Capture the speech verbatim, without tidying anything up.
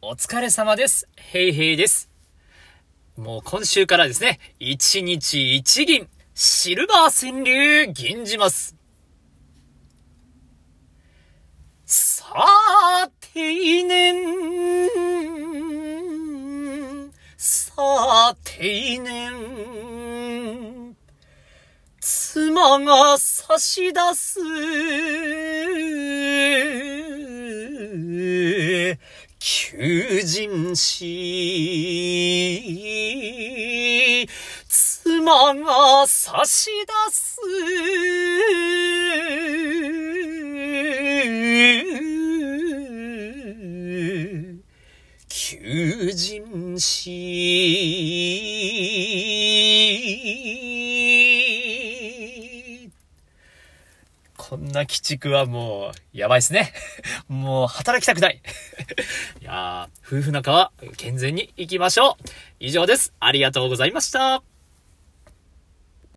お疲れ様です。ヘイヘイです。もう今週からですね、一日一銀、シルバー川柳吟じます。さて年、さて年、妻が差し出す求人誌、妻が差し出す求人誌。こんな鬼畜はもうやばいですね。もう働きたくない。いやー、夫婦仲は健全に行きましょう。以上です。ありがとうございました。